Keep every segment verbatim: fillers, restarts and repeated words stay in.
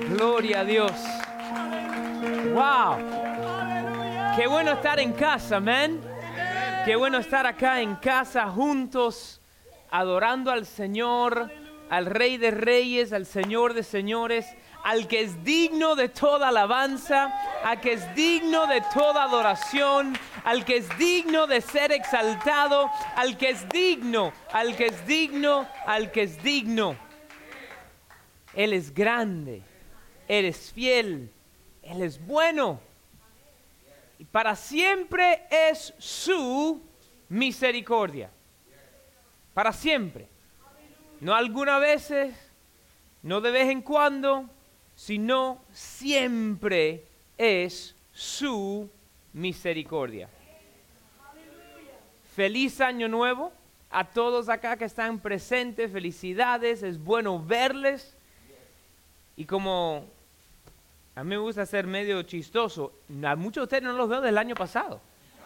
Gloria a Dios. Wow. Qué bueno estar en casa, amén. Qué bueno estar acá en casa juntos, adorando al Señor, al Rey de Reyes, al Señor de Señores, al que es digno de toda alabanza, al que es digno de toda adoración, al que es digno de ser exaltado, al que es digno, al que es digno, al que es digno. Él es grande, Él es fiel, Él es bueno. Y para siempre es su misericordia. Para siempre. No algunas veces, no de vez en cuando, sino siempre es su misericordia. Feliz año nuevo a todos acá que están presentes. Felicidades, es bueno verles. Y como a mí me gusta ser medio chistoso, a muchos de ustedes no los veo del año pasado.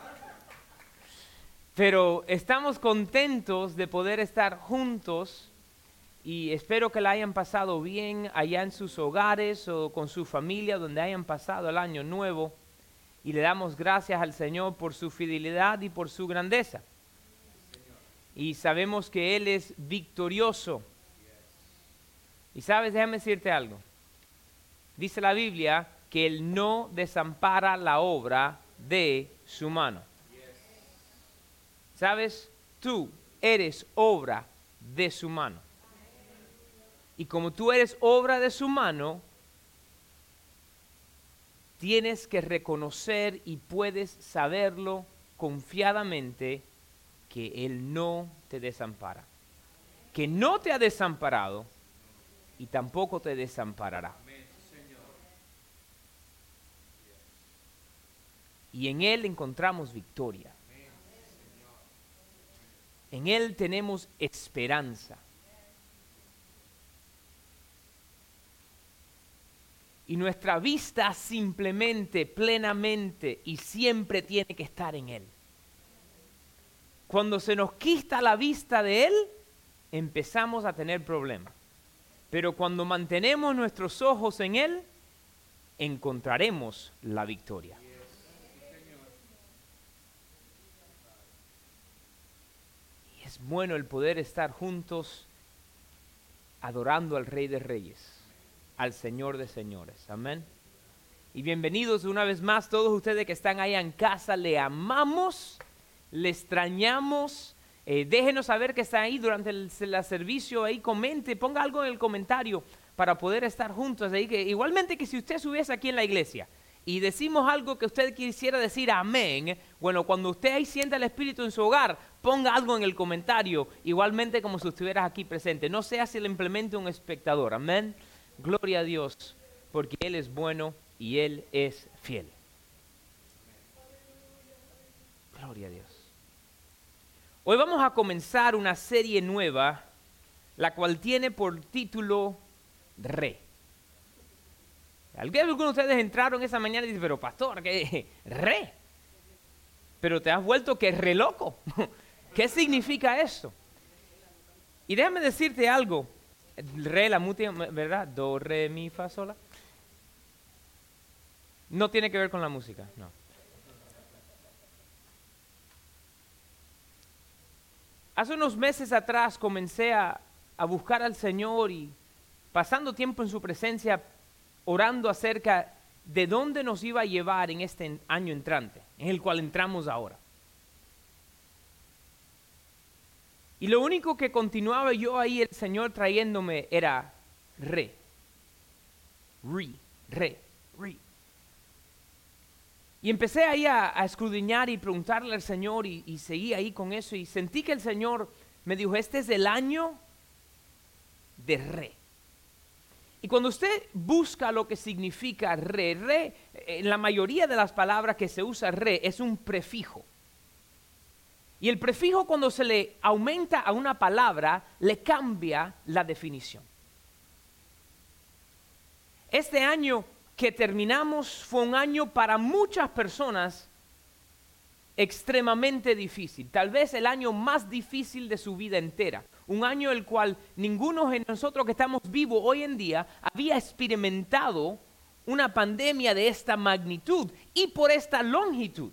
Pero estamos contentos de poder estar juntos y espero que la hayan pasado bien allá en sus hogares o con su familia donde hayan pasado el año nuevo. Y le damos gracias al Señor por su fidelidad y por su grandeza. Y sabemos que Él es victorioso. Y sabes, déjame decirte algo. Dice la Biblia que Él no desampara la obra de su mano. ¿Sabes? Tú eres obra de su mano. Y como tú eres obra de su mano, tienes que reconocer y puedes saberlo confiadamente que Él no te desampara. Que no te ha desamparado y tampoco te desamparará. Y en Él encontramos victoria. En Él tenemos esperanza. Y nuestra vista simplemente, plenamente y siempre tiene que estar en Él. Cuando se nos quita la vista de Él, empezamos a tener problemas. Pero cuando mantenemos nuestros ojos en Él, encontraremos la victoria. Es bueno el poder estar juntos adorando al Rey de Reyes, al Señor de Señores. Amén. Y bienvenidos una vez más todos ustedes que están allá en casa. Le amamos, le extrañamos. Eh, déjenos saber que están ahí durante el, el servicio. Ahí comente, ponga algo en el comentario para poder estar juntos. Ahí que, igualmente que si usted estuviese aquí en la iglesia y decimos algo que usted quisiera decir amén, bueno, cuando usted ahí sienta el Espíritu en su hogar, ponga algo en el comentario, igualmente como si estuvieras aquí presente. No sea simplemente un espectador, amén. Gloria a Dios, porque Él es bueno y Él es fiel. Gloria a Dios. Hoy vamos a comenzar una serie nueva, la cual tiene por título Re. Algunos de ustedes entraron esa mañana y dicen, pero pastor, ¿qué re? Pero te has vuelto que re loco. ¿Qué significa eso? Y déjame decirte algo. Re, la música, ¿verdad? Do, re, mi, fa, sola. No tiene que ver con la música, no. Hace unos meses atrás comencé a, a buscar al Señor y pasando tiempo en su presencia, orando acerca de dónde nos iba a llevar en este año entrante, en el cual entramos ahora. Y lo único que continuaba yo ahí, el Señor trayéndome, era re, re, re, re. Y empecé ahí a, a escudriñar y preguntarle al Señor y, y seguí ahí con eso y sentí que el Señor me dijo, este es el año de re. Y cuando usted busca lo que significa re, re, en la mayoría de las palabras que se usa re es un prefijo. Y el prefijo cuando se le aumenta a una palabra, le cambia la definición. Este año que terminamos fue un año para muchas personas extremadamente difícil. Tal vez el año más difícil de su vida entera. un año el cual ninguno de nosotros que estamos vivos hoy en día había experimentado una pandemia de esta magnitud y por esta longitud.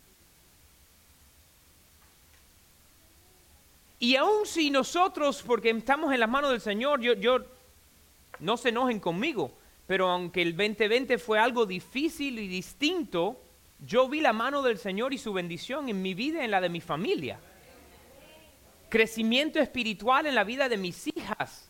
Y aun si nosotros, porque estamos en las manos del Señor, yo, yo no se enojen conmigo, pero aunque el veinte veinte fue algo difícil y distinto, yo vi la mano del Señor y su bendición en mi vida y en la de mi familia. Crecimiento espiritual en la vida de mis hijas.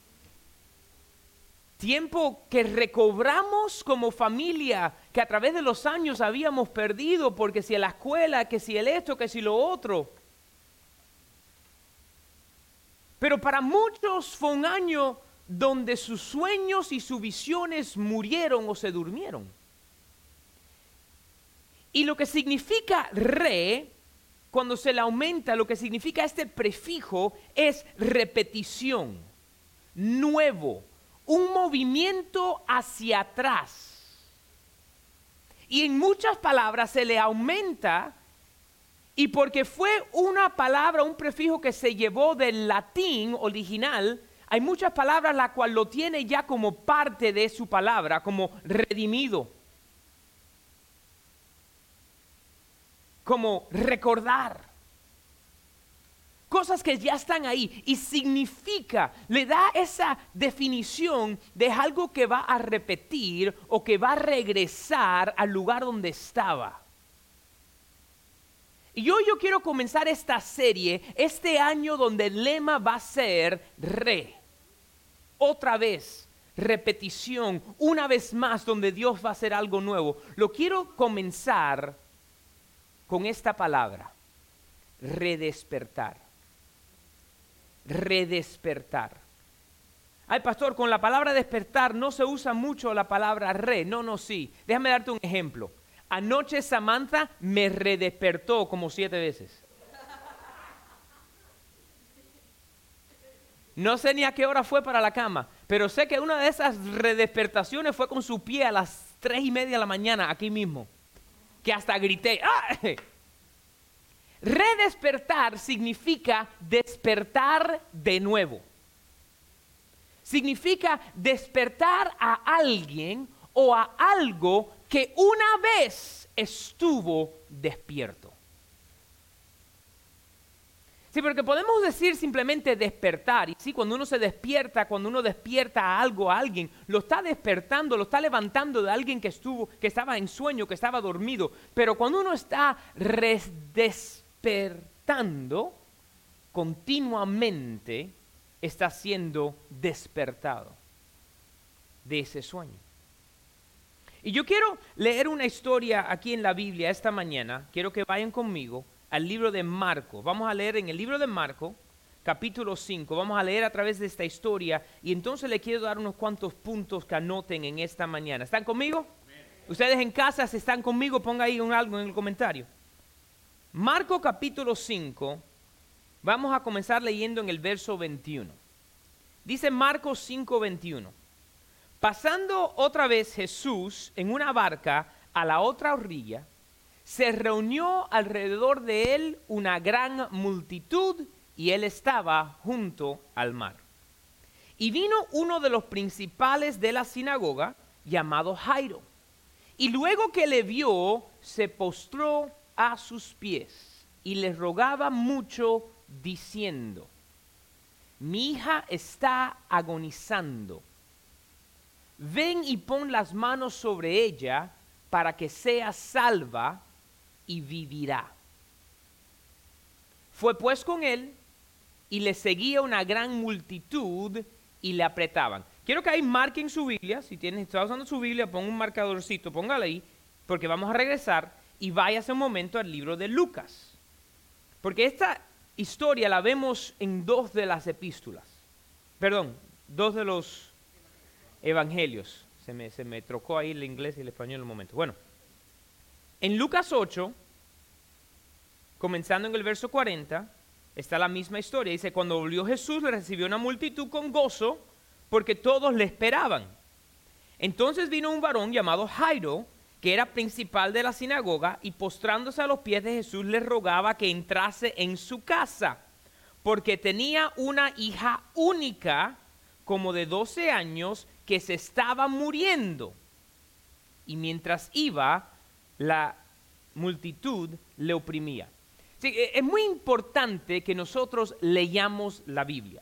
Tiempo que recobramos como familia, que a través de los años habíamos perdido, porque si la escuela, que si el esto, que si lo otro. Pero para muchos fue un año donde sus sueños y sus visiones murieron o se durmieron. Y lo que significa re, cuando se le aumenta, lo que significa este prefijo es repetición, nuevo, un movimiento hacia atrás. Y en muchas palabras se le aumenta, y porque fue una palabra, un prefijo que se llevó del latín original, hay muchas palabras la cual lo tiene ya como parte de su palabra, como redimido, como recordar. Cosas que ya están ahí y significa, le da esa definición de algo que va a repetir o que va a regresar al lugar donde estaba. Y hoy yo quiero comenzar esta serie, este año donde el lema va a ser re. Otra vez, repetición, una vez más donde Dios va a hacer algo nuevo. Lo quiero comenzar con esta palabra, redespertar. Redespertar. Ay, pastor, con la palabra despertar no se usa mucho la palabra re. No, no, sí. Déjame darte un ejemplo. Anoche Samantha me redespertó como siete veces. No sé ni a qué hora fue para la cama, pero sé que una de esas redespertaciones fue con su pie a las tres y media de la mañana, aquí mismo, que hasta grité. ¡Ah! Redespertar significa despertar de nuevo. Significa despertar a alguien o a algo que una vez estuvo despierto. Sí, porque podemos decir simplemente despertar. Y sí, cuando uno se despierta, cuando uno despierta a algo, a alguien, lo está despertando, lo está levantando de alguien que estuvo, que estaba en sueño, que estaba dormido. Pero cuando uno está despertando, continuamente está siendo despertado de ese sueño. Y yo quiero leer una historia aquí en la Biblia esta mañana. Quiero que vayan conmigo al libro de Marcos. Vamos a leer en el libro de Marcos, capítulo cinco. Vamos a leer a través de esta historia. Y entonces le quiero dar unos cuantos puntos que anoten en esta mañana. ¿Están conmigo? Amén. Ustedes en casa, si están conmigo, ponga ahí un algo en el comentario. Marcos capítulo cinco. Vamos a comenzar leyendo en el verso veintiuno. Dice Marcos cinco, veintiuno. Pasando otra vez Jesús en una barca a la otra orilla, se reunió alrededor de él una gran multitud y él estaba junto al mar. Y vino uno de los principales de la sinagoga, llamado Jairo, y luego que le vio, se postró a sus pies y le rogaba mucho, diciendo: mi hija está agonizando. Ven y pon las manos sobre ella para que sea salva y vivirá. Fue pues con él y le seguía una gran multitud y le apretaban. Quiero que ahí marquen su Biblia. Si tienes, está usando su Biblia, pon un marcadorcito, póngala ahí, porque vamos a regresar y váyase un momento al libro de Lucas. Porque esta historia la vemos en dos de las epístolas. Perdón, dos de los evangelios. Se me, se me trocó ahí el inglés y el español en un momento. Bueno, en Lucas ocho, comenzando en el verso cuarenta, está la misma historia. Dice: cuando volvió Jesús, le recibió una multitud con gozo, porque todos le esperaban. Entonces vino un varón llamado Jairo, que era principal de la sinagoga, y postrándose a los pies de Jesús, le rogaba que entrase en su casa, porque tenía una hija única, como de doce años, que se estaba muriendo. Y mientras iba, la multitud le oprimía. Sí, es muy importante que nosotros leamos la Biblia.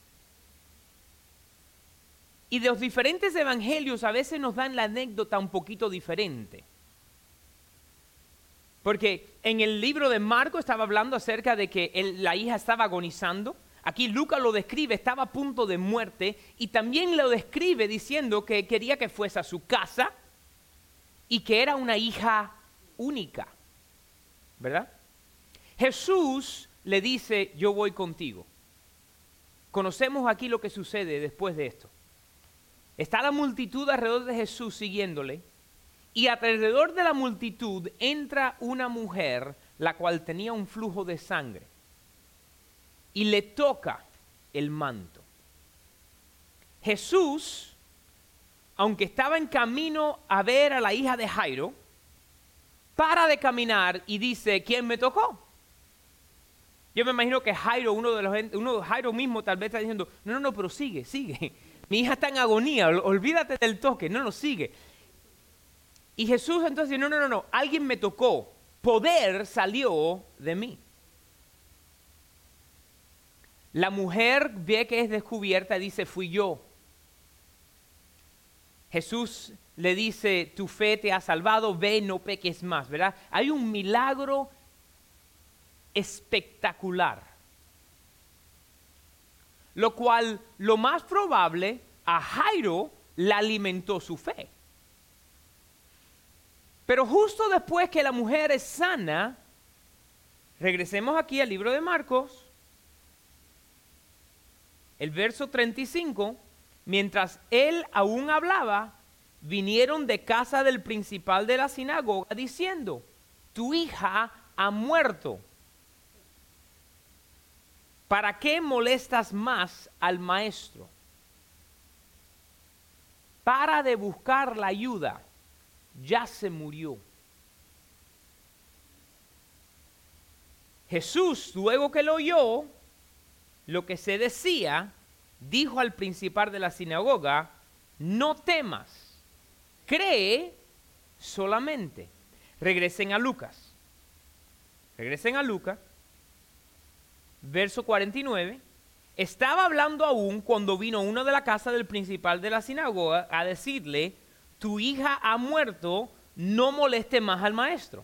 Y de los diferentes evangelios a veces nos dan la anécdota un poquito diferente. Porque en el libro de Marcos estaba hablando acerca de que él, la hija estaba agonizando. Aquí Lucas lo describe, estaba a punto de muerte. Y también lo describe diciendo que quería que fuese a su casa y que era una hija única. ¿Verdad? Jesús le dice, yo voy contigo. Conocemos aquí lo que sucede después de esto. Está la multitud alrededor de Jesús siguiéndole, y alrededor de la multitud entra una mujer, la cual tenía un flujo de sangre, y le toca el manto. Jesús, aunque estaba en camino a ver a la hija de Jairo, para de caminar y dice, ¿quién me tocó? Yo me imagino que Jairo, uno de los, uno de Jairo mismo tal vez está diciendo, no, no, no, pero sigue, sigue. Mi hija está en agonía, olvídate del toque, no lo sigue. Y Jesús entonces dice, no, no, no, no, alguien me tocó, poder salió de mí. La mujer ve que es descubierta y dice, fui yo. Jesús le dice, tu fe te ha salvado, ve, no peques más, ¿verdad? Hay un milagro espectacular. Lo cual, lo más probable, a Jairo le alimentó su fe. Pero justo después que la mujer es sana, regresemos aquí al libro de Marcos, el verso treinta y cinco, mientras él aún hablaba, vinieron de casa del principal de la sinagoga diciendo, tu hija ha muerto. ¿Para qué molestas más al maestro? Para de buscar la ayuda, ya se murió. Jesús, luego que lo oyó, lo que se decía, dijo al principal de la sinagoga, no temas, cree solamente. Regresen a Lucas. Regresen a Lucas. Verso cuarenta y nueve, estaba hablando aún cuando vino uno de la casa del principal de la sinagoga a decirle, tu hija ha muerto, no moleste más al maestro.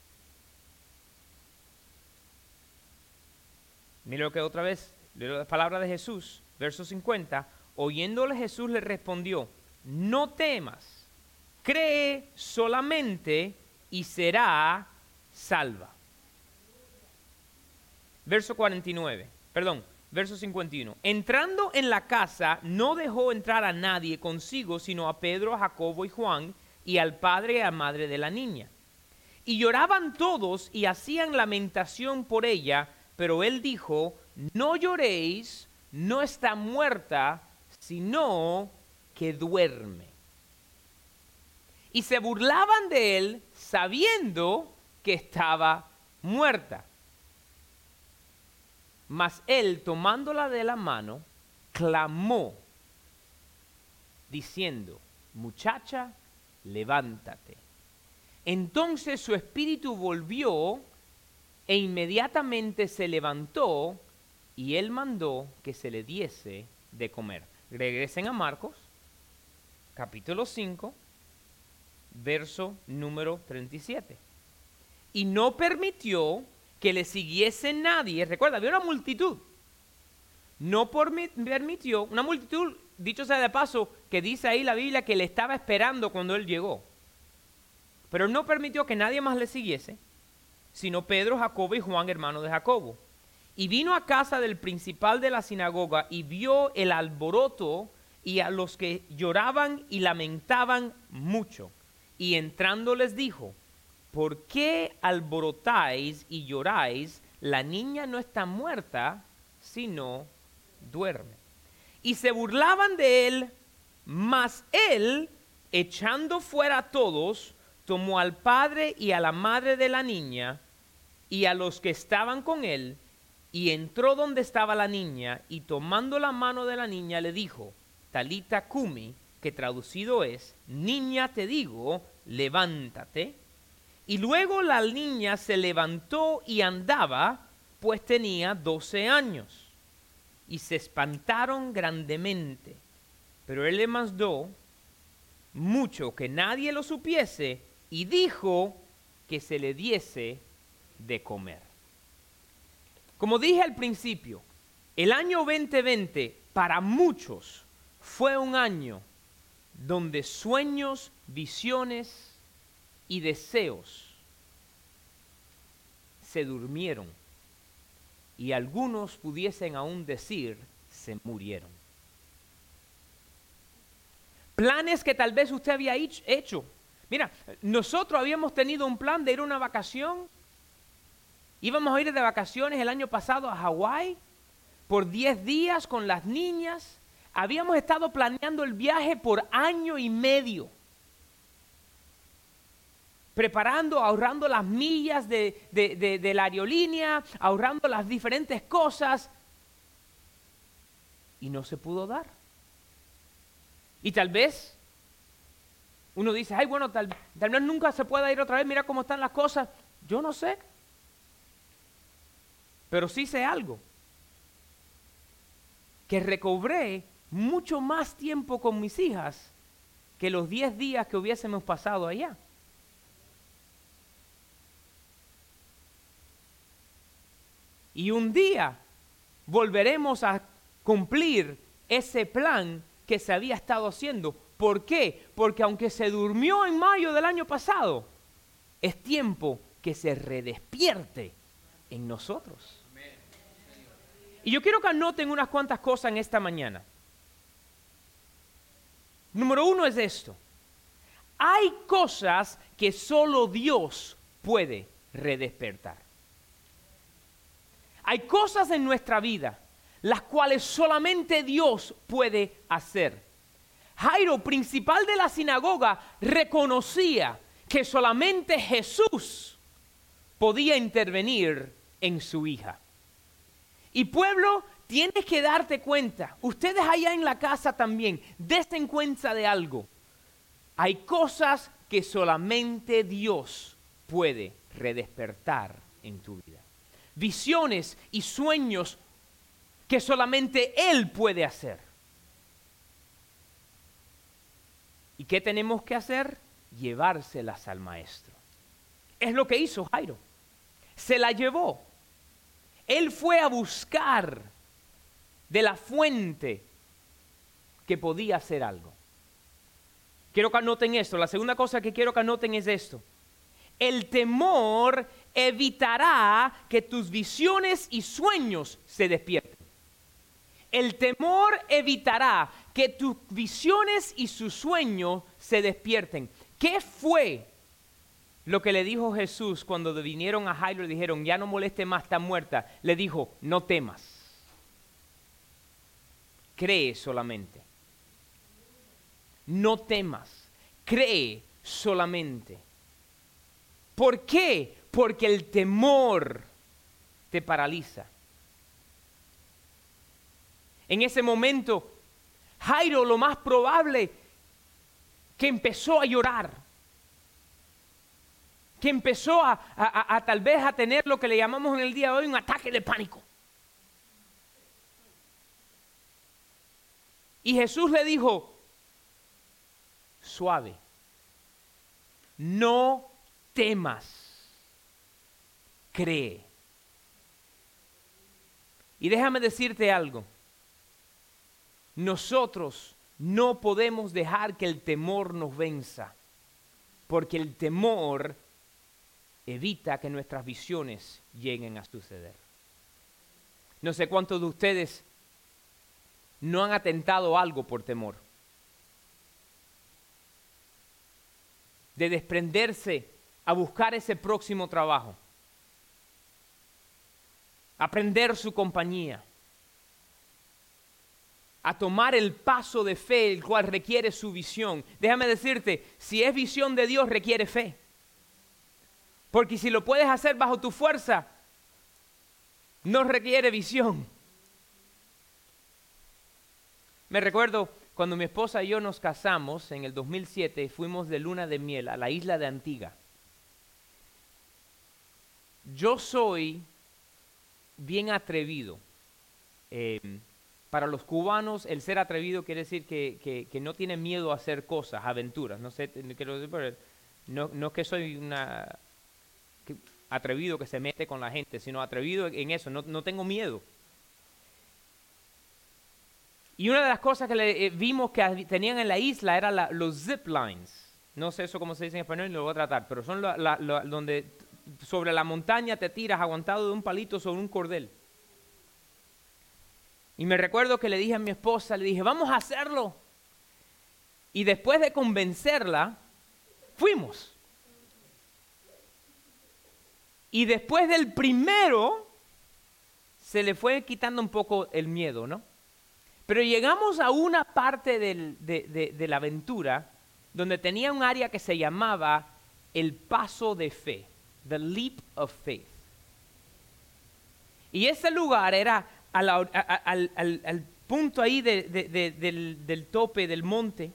Mira lo que otra vez, la palabra de Jesús, verso cincuenta, oyéndole Jesús le respondió, no temas, cree solamente y será salva. Verso cuarenta y nueve, perdón, verso cincuenta y uno. Entrando en la casa, no dejó entrar a nadie consigo, sino a Pedro, a Jacobo y Juan, y al padre y a madre de la niña. Y lloraban todos y hacían lamentación por ella, pero él dijo, no lloréis, no está muerta, sino que duerme. Y se burlaban de él, sabiendo que estaba muerta. Mas él, tomándola de la mano, clamó, diciendo, muchacha, levántate. Entonces su espíritu volvió e inmediatamente se levantó y él mandó que se le diese de comer. Regresen a Marcos, capítulo cinco, verso número treinta y siete. Y no permitió que le siguiese nadie. Recuerda, había una multitud. No permitió, una multitud, dicho sea de paso, que dice ahí la Biblia que le estaba esperando cuando él llegó. Pero no permitió que nadie más le siguiese, sino Pedro, Jacobo y Juan, hermano de Jacobo. Y vino a casa del principal de la sinagoga y vio el alboroto y a los que lloraban y lamentaban mucho. Y entrando les dijo, ¿por qué alborotáis y lloráis? La niña no está muerta, sino duerme. Y se burlaban de él, mas él, echando fuera a todos, tomó al padre y a la madre de la niña y a los que estaban con él Y entró donde estaba la niña, y tomando la mano de la niña le dijo, Talita Kumi, que traducido es, niña te digo, levántate. Y luego la niña se levantó y andaba, pues tenía doce años. Y se espantaron grandemente. Pero él le mandó mucho que nadie lo supiese, y dijo que se le diese de comer. Como dije al principio, el año veinte veinte para muchos fue un año donde sueños, visiones y deseos se durmieron, y algunos pudiesen aún decir se murieron. Planes que tal vez usted había hecho. Mira, nosotros habíamos tenido un plan de ir a una vacación. Íbamos a ir de vacaciones el año pasado a Hawái por diez días con las niñas. Habíamos estado planeando el viaje por año y medio. Preparando, ahorrando las millas de, de, de, de la aerolínea, ahorrando las diferentes cosas. Y no se pudo dar. Y tal vez uno dice, ay, bueno, tal, tal vez nunca se pueda ir otra vez, mira cómo están las cosas. Yo no sé. Pero sí sé algo. Que recobré mucho más tiempo con mis hijas que los diez días que hubiésemos pasado allá. Y un día volveremos a cumplir ese plan que se había estado haciendo. ¿Por qué? Porque aunque se durmió en mayo del año pasado, es tiempo que se redespierte en nosotros. Y yo quiero que anoten unas cuantas cosas en esta mañana. Número uno es esto. Hay cosas que solo Dios puede redespertar. Hay cosas en nuestra vida las cuales solamente Dios puede hacer. Jairo, principal de la sinagoga, reconocía que solamente Jesús podía intervenir en su hija. Y pueblo, tienes que darte cuenta, ustedes allá en la casa también, dense cuenta de algo. Hay cosas que solamente Dios puede redespertar en tu vida. Visiones y sueños que solamente Él puede hacer. ¿Y qué tenemos que hacer? Llevárselas al maestro. Es lo que hizo Jairo. Se la llevó. Él fue a buscar de la fuente que podía hacer algo. Quiero que anoten esto. La segunda cosa que quiero que anoten es esto. El temor evitará que tus visiones y sueños se despierten. El temor evitará que tus visiones y sus sueños se despierten. ¿Qué fue lo que le dijo Jesús cuando vinieron a Jairo y le dijeron, ya no moleste más, está muerta? Le dijo, no temas. Cree solamente. No temas. Cree solamente. ¿Por qué? Porque el temor te paraliza. En ese momento, Jairo lo más probable que empezó a llorar, que empezó a, a, a, a tal vez a tener lo que le llamamos en el día de hoy un ataque de pánico. Y Jesús le dijo, suave, no temas, cree. Y déjame decirte algo. Nosotros no podemos dejar que el temor nos venza, porque el temor evita que nuestras visiones lleguen a suceder. No sé cuántos de ustedes no han atentado algo por temor. De desprenderse a buscar ese próximo trabajo, aprender su compañía, a tomar el paso de fe, el cual requiere su visión. Déjame decirte, si es visión de Dios, requiere fe. Porque si lo puedes hacer bajo tu fuerza, no requiere visión. Me recuerdo cuando mi esposa y yo nos casamos en el dos mil siete, fuimos de luna de miel a la isla de Antigua. Yo soy bien atrevido. Eh, para los cubanos, el ser atrevido quiere decir que, que, que no tiene miedo a hacer cosas, aventuras. No sé, quiero decir, pero no, no es que soy una que, atrevido que se mete con la gente, sino atrevido en eso, no, no tengo miedo. Y una de las cosas que le, eh, vimos que tenían en la isla eran la, los zip lines. No sé eso cómo se dice en español y lo voy a tratar, pero son la, la, la, donde sobre la montaña te tiras aguantado de un palito sobre un cordel. Y me recuerdo que le dije a mi esposa, le dije, vamos a hacerlo. Y después de convencerla, fuimos. Y después del primero, se le fue quitando un poco el miedo, ¿no? Pero llegamos a una parte del, de, de, de la aventura donde tenía un área que se llamaba el paso de fe, the leap of faith. Y ese lugar era a la, a, a, al, al, al punto ahí de, de, de, del, del tope del monte.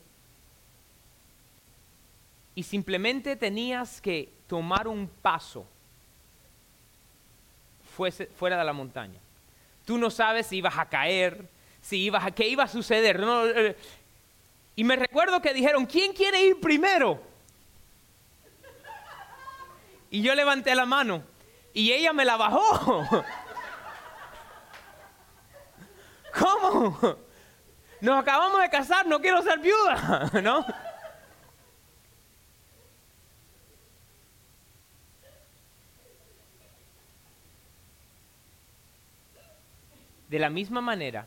Y simplemente tenías que tomar un paso fuese, fuera de la montaña. Tú no sabes si ibas a caer, si ibas a, qué iba a suceder. No, y me recuerdo que dijeron, ¿quién quiere ir primero? Y yo levanté la mano y ella me la bajó. ¿Cómo? Nos acabamos de casar, no quiero ser viuda, ¿no? De la misma manera,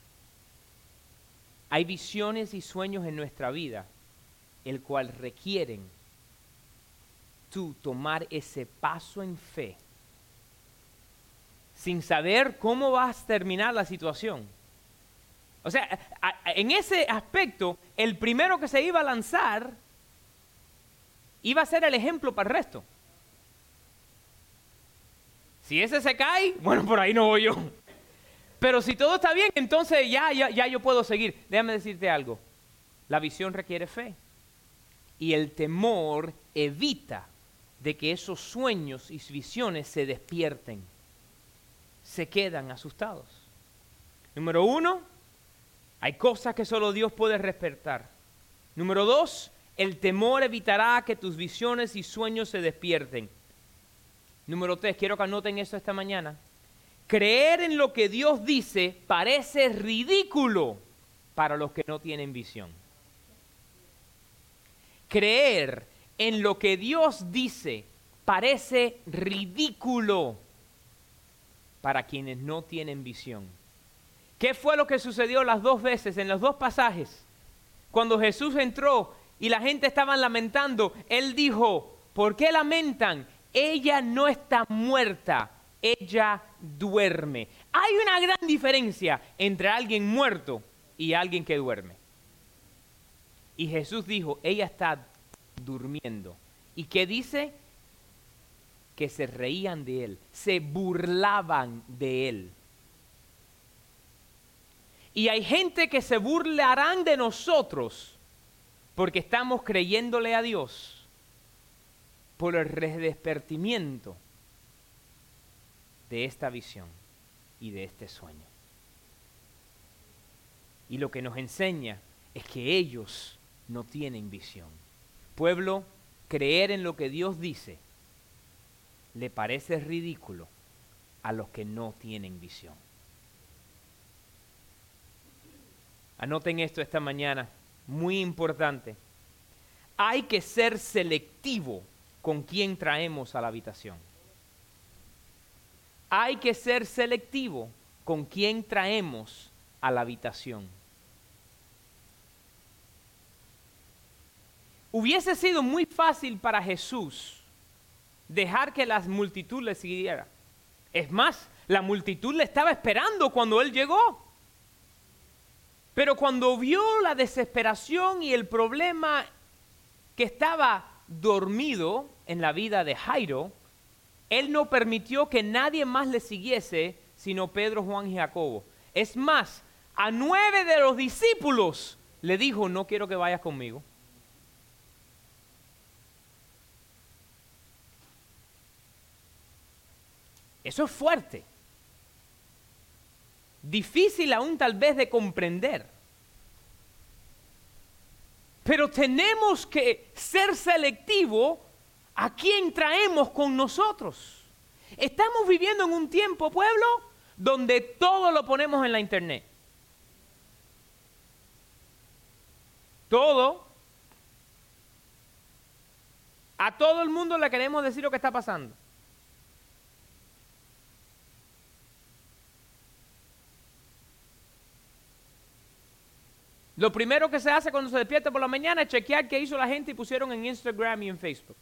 hay visiones y sueños en nuestra vida, el cual requieren tú tomar ese paso en fe, sin saber cómo vas a terminar la situación. O sea, a, a, en ese aspecto, el primero que se iba a lanzar iba a ser el ejemplo para el resto. Si ese se cae, bueno, por ahí no voy yo. Pero si todo está bien, entonces ya, ya, ya yo puedo seguir. Déjame decirte algo. La visión requiere fe. Y el temor evita de que esos sueños y visiones se despierten. Se quedan asustados. Número uno, hay cosas que solo Dios puede respetar. Número dos, el temor evitará que tus visiones y sueños se despierten. Número tres, quiero que anoten eso esta mañana. Creer en lo que Dios dice parece ridículo para los que no tienen visión. Creer en lo que Dios dice parece ridículo para quienes no tienen visión. ¿Qué fue lo que sucedió las dos veces en los dos pasajes? Cuando Jesús entró y la gente estaba lamentando, Él dijo, ¿por qué lamentan? Ella no está muerta, ella duerme. Hay una gran diferencia entre alguien muerto y alguien que duerme. Y Jesús dijo, ella está durmiendo. ¿Y qué dice? Que se reían de Él, se burlaban de Él. Y hay gente que se burlarán de nosotros porque estamos creyéndole a Dios por el redespertimiento de esta visión y de este sueño. Y lo que nos enseña es que ellos no tienen visión. Pueblo, creer en lo que Dios dice le parece ridículo a los que no tienen visión. Anoten esto esta mañana, muy importante. Hay que ser selectivo con quién traemos a la habitación. Hay que ser selectivo con quién traemos a la habitación. Hubiese sido muy fácil para Jesús dejar que la multitud le siguiera. Es más, la multitud le estaba esperando cuando Él llegó. Pero cuando vio la desesperación y el problema que estaba dormido en la vida de Jairo, Él no permitió que nadie más le siguiese sino Pedro, Juan y Jacobo. Es más, a nueve de los discípulos le dijo, no quiero que vayas conmigo. Eso es fuerte. Difícil aún tal vez de comprender. Pero tenemos que ser selectivos a quién traemos con nosotros. Estamos viviendo en un tiempo, pueblo, donde todo lo ponemos en la internet. Todo. A todo el mundo le queremos decir lo que está pasando. Lo primero que se hace cuando se despierta por la mañana es chequear qué hizo la gente y pusieron en Instagram y en Facebook.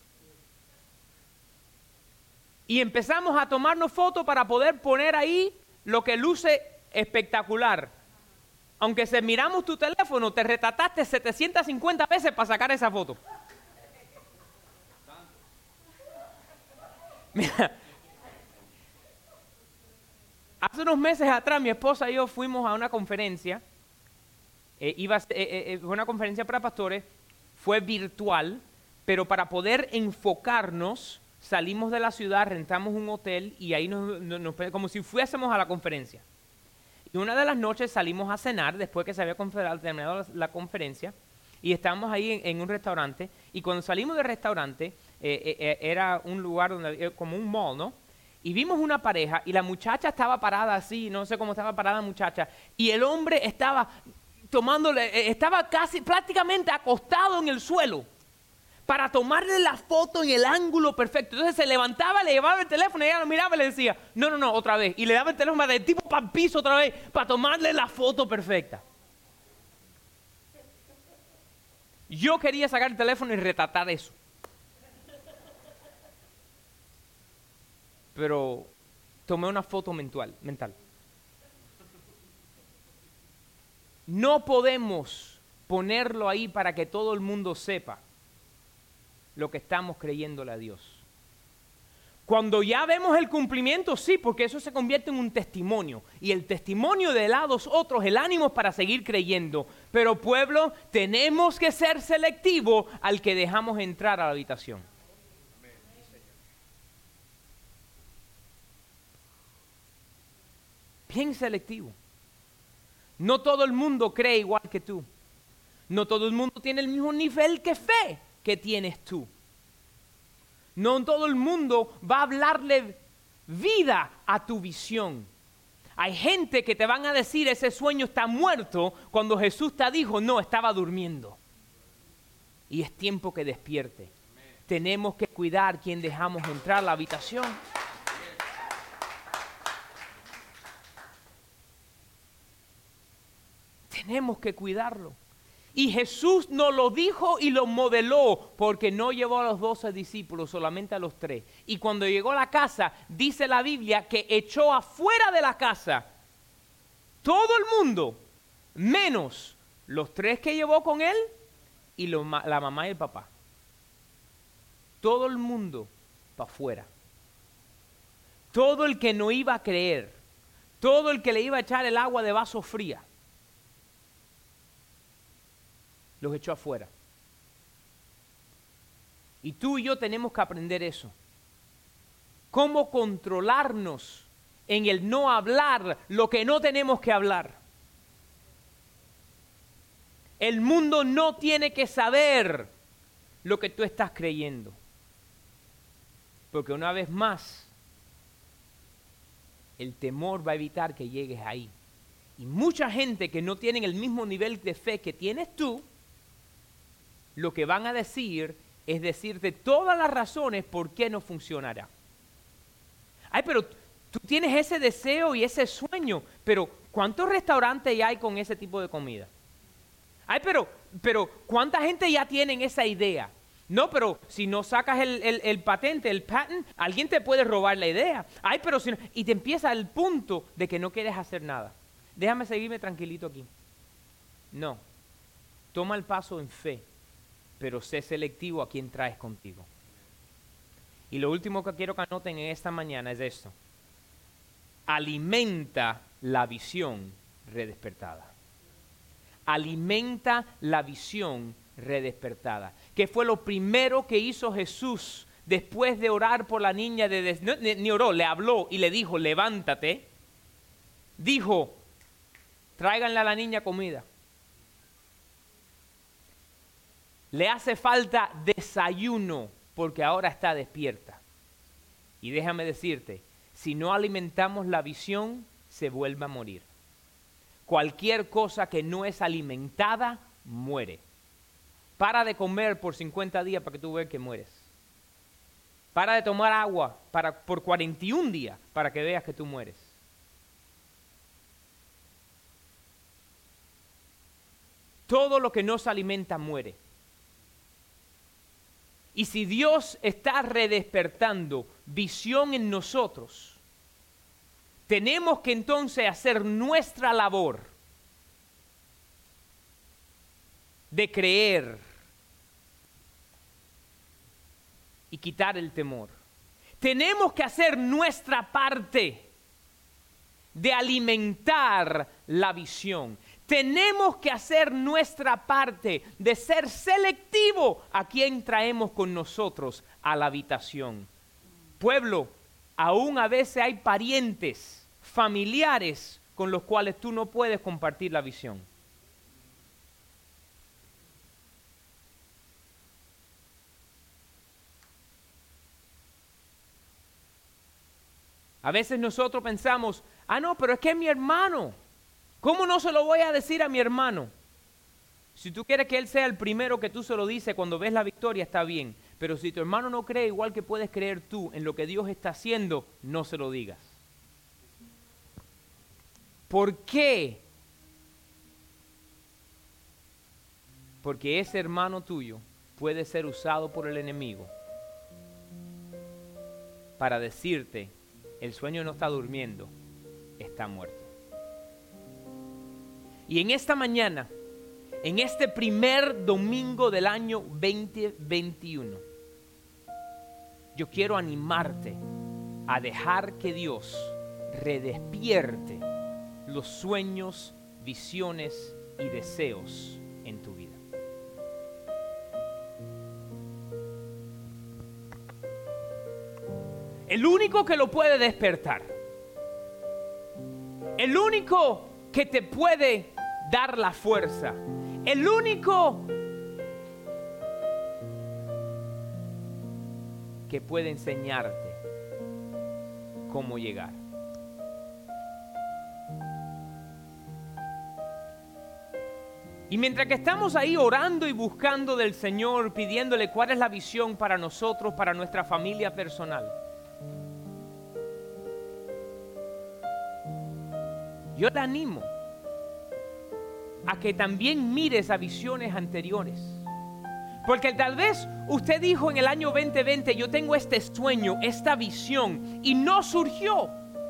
Y empezamos a tomarnos fotos para poder poner ahí lo que luce espectacular. Aunque si miramos tu teléfono, te retrataste setecientas cincuenta veces para sacar esa foto. Mira, hace unos meses atrás mi esposa y yo fuimos a una conferencia. Eh, iba a ser, eh, eh, fue una conferencia para pastores, fue virtual, pero para poder enfocarnos, salimos de la ciudad, rentamos un hotel y ahí nos, nos, nos como si fuésemos a la conferencia. Y una de las noches salimos a cenar después que se había terminado la, la conferencia y estábamos ahí en, en un restaurante y cuando salimos del restaurante eh, eh, era un lugar donde, eh, como un mall, ¿no? Y vimos una pareja y la muchacha estaba parada así, no sé cómo estaba parada la muchacha, y el hombre estaba tomándole, estaba casi prácticamente acostado en el suelo para tomarle la foto en el ángulo perfecto. Entonces se levantaba, le llevaba el teléfono y ella lo miraba y le decía, no, no, no, otra vez. Y le daba el teléfono de tipo para el piso otra vez para tomarle la foto perfecta. Yo quería sacar el teléfono y retratar eso. Pero tomé una foto mental, mental. No podemos ponerlo ahí para que todo el mundo sepa lo que estamos creyéndole a Dios. Cuando ya vemos el cumplimiento, sí, porque eso se convierte en un testimonio. Y el testimonio de lados otros, el ánimo es para seguir creyendo. Pero pueblo, tenemos que ser selectivos al que dejamos entrar a la habitación. Bien selectivo. No todo el mundo cree igual que tú. No todo el mundo tiene el mismo nivel de fe que tienes tú. No todo el mundo va a hablarle vida a tu visión. Hay gente que te van a decir ese sueño está muerto cuando Jesús te dijo no, estaba durmiendo. Y es tiempo que despierte. Tenemos que cuidar quién dejamos entrar a la habitación. Tenemos que cuidarlo. Y Jesús nos lo dijo y lo modeló porque no llevó a los doce discípulos, solamente a los tres. Y cuando llegó a la casa, dice la Biblia que echó afuera de la casa todo el mundo, menos los tres que llevó con él y lo, la mamá y el papá. Todo el mundo para afuera. Todo el que no iba a creer, todo el que le iba a echar el agua de vaso fría, los echó afuera. Y tú y yo tenemos que aprender eso. Cómo controlarnos en el no hablar lo que no tenemos que hablar. El mundo no tiene que saber lo que tú estás creyendo. Porque una vez más, el temor va a evitar que llegues ahí. Y mucha gente que no tienen el mismo nivel de fe que tienes tú, lo que van a decir es decirte todas las razones por qué no funcionará. Ay, pero tú tienes ese deseo y ese sueño, pero ¿cuántos restaurantes hay con ese tipo de comida? Ay, pero, pero ¿cuánta gente ya tienen esa idea? No, pero si no sacas el, el, el patente, el patent, alguien te puede robar la idea. Ay, pero si no, y te empieza el punto de que no quieres hacer nada. Déjame seguirme tranquilito aquí. No, toma el paso en fe, pero sé selectivo a quién traes contigo. Y lo último que quiero que anoten en esta mañana es esto. alimenta la visión redespertada. Alimenta la visión redespertada. ¿Qué fue lo primero que hizo Jesús después de orar por la niña? De des... no, ni, ni oró, le habló y le dijo, levántate. Dijo, tráiganle a la niña comida. Le hace falta desayuno porque ahora está despierta. Y déjame decirte, si no alimentamos la visión, se vuelve a morir. Cualquier cosa que no es alimentada, muere. Para de comer por cincuenta días para que tú veas que mueres. Para de tomar agua para, por cuarenta y un días para que veas que tú mueres. Todo lo que no se alimenta muere. Y si Dios está redespertando visión en nosotros, tenemos que entonces hacer nuestra labor de creer y quitar el temor. Tenemos que hacer nuestra parte de alimentar la visión. Tenemos que hacer nuestra parte de ser selectivo a quien traemos con nosotros a la habitación. Pueblo, aún a veces hay parientes, familiares con los cuales tú no puedes compartir la visión. A veces nosotros pensamos, ah no, pero es que es mi hermano. ¿Cómo no se lo voy a decir a mi hermano? Si tú quieres que él sea el primero que tú se lo dices cuando ves la victoria, está bien. Pero si tu hermano no cree igual que puedes creer tú en lo que Dios está haciendo, no se lo digas. ¿Por qué? Porque ese hermano tuyo puede ser usado por el enemigo para decirte, el sueño no está durmiendo, está muerto. Y en esta mañana, en este primer domingo del año veinte veintiuno, yo quiero animarte a dejar que Dios redespierte los sueños, visiones y deseos en tu vida. El único que lo puede despertar, el único que te puede dar la fuerza, el único que puede enseñarte cómo llegar. Y mientras que estamos ahí orando y buscando del Señor, pidiéndole cuál es la visión para nosotros, para nuestra familia personal, yo te animo a que también mires a visiones anteriores. Porque tal vez usted dijo en el año veinte veinte, yo tengo este sueño, esta visión, y no surgió.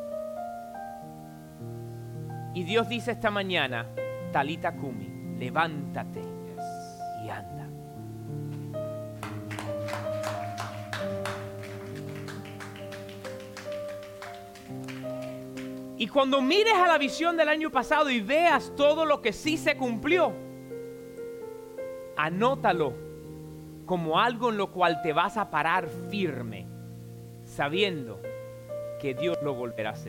Y Dios dice esta mañana, Talita Kumi, levántate y anda. Y cuando mires a la visión del año pasado y veas todo lo que sí se cumplió, anótalo como algo en lo cual te vas a parar firme, sabiendo que Dios lo volverá a hacer.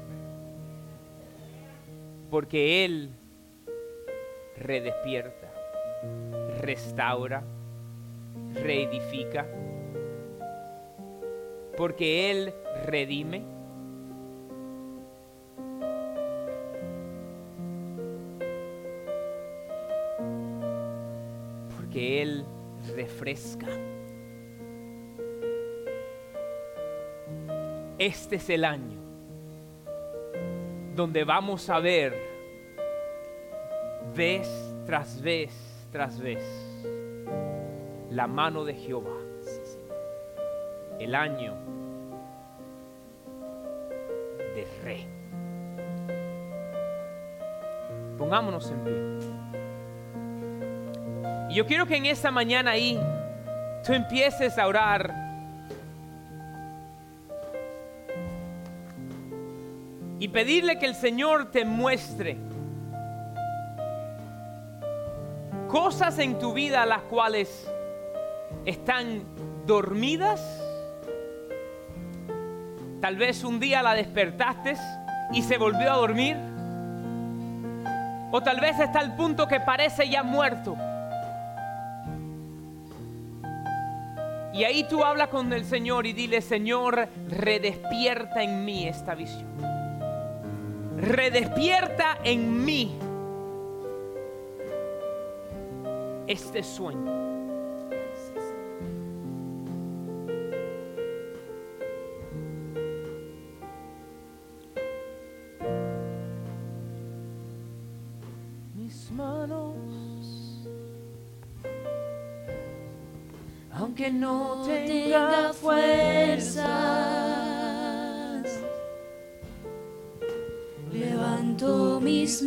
Porque Él redespierta, restaura, reedifica. Porque Él redime. Que Él refresca. Este es el año donde vamos a ver vez tras vez tras vez la mano de Jehová. El año de Rey. Pongámonos en pie. Y yo quiero que en esta mañana ahí tú empieces a orar y pedirle que el Señor te muestre cosas en tu vida las cuales están dormidas. Tal vez un día la despertaste y se volvió a dormir. O tal vez está al punto que parece ya muerto. Y ahí tú hablas con el Señor y dile: Señor, redespierta en mí esta visión. Redespierta en mí este sueño. Mis manos, aunque no tenga fuerzas, levanto mis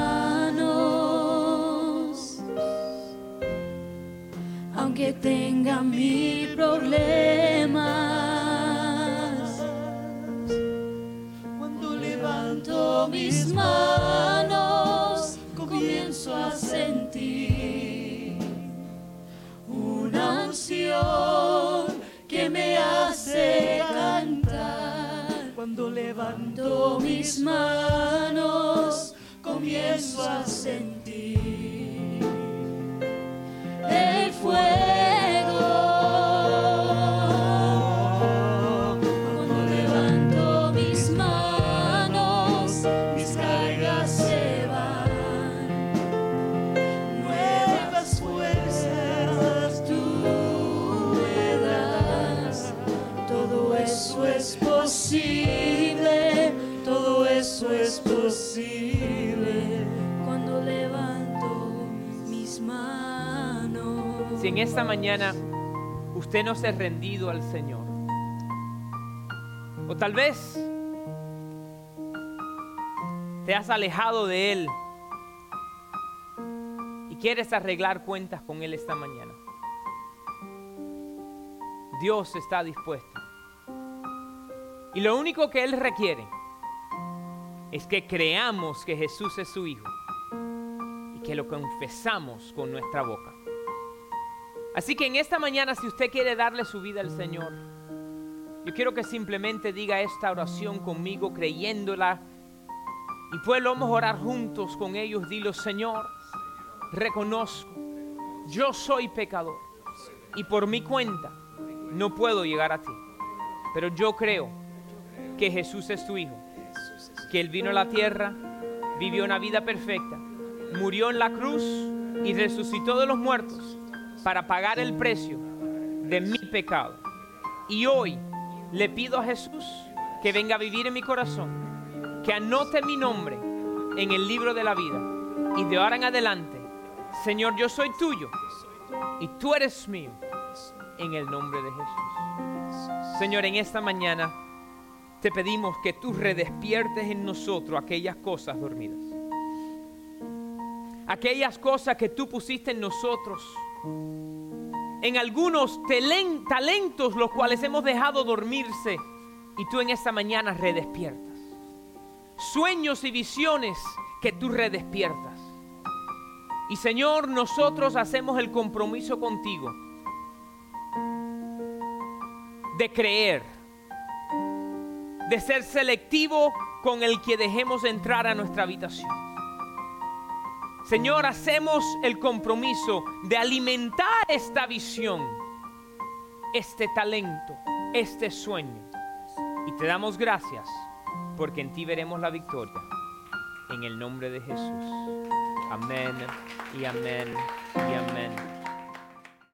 manos, aunque tenga mil problemas. Cuando levanto mis manos, comienzo a sentir una unción que me hace cantar. Cuando levanto mis manos, comienzo a sentir el fuego. Cuando levanto mis manos, mis cargas se van. Nuevas fuerzas tú me das. Todo eso es posible, todo eso es posible cuando levanto mis manos. si en esta mañana usted no se ha rendido al Señor, o tal vez te has alejado de Él y quieres arreglar cuentas con Él esta mañana, Dios está dispuesto. Y lo único que Él requiere es que creamos que Jesús es su Hijo y que lo confesamos con nuestra boca. Así que en esta mañana, si usted quiere darle su vida al Señor, yo quiero que simplemente diga esta oración conmigo, creyéndola. Y pues lo vamos a orar juntos con ellos. Dilo: Señor, reconozco, yo soy pecador y por mi cuenta no puedo llegar a ti. Pero yo creo que Jesús es tu Hijo, que Él vino a la tierra, vivió una vida perfecta, murió en la cruz y resucitó de los muertos para pagar el precio de mi pecado. Y hoy le pido a Jesús que venga a vivir en mi corazón, que anote mi nombre en el libro de la vida. Y de ahora en adelante, Señor, yo soy tuyo y tú eres mío, en el nombre de Jesús. Señor, en esta mañana te pedimos que tú redespiertes en nosotros aquellas cosas dormidas, aquellas cosas que tú pusiste en nosotros, en algunos telen- talentos los cuales hemos dejado dormirse, y tú en esta mañana redespiertas. Sueños y visiones que tú redespiertas. Y Señor, nosotros hacemos el compromiso contigo de creer, de ser selectivo con el que dejemos entrar a nuestra habitación. Señor, hacemos el compromiso de alimentar esta visión, este talento, este sueño. Y te damos gracias porque en ti veremos la victoria. En el nombre de Jesús. Amén y amén y amén.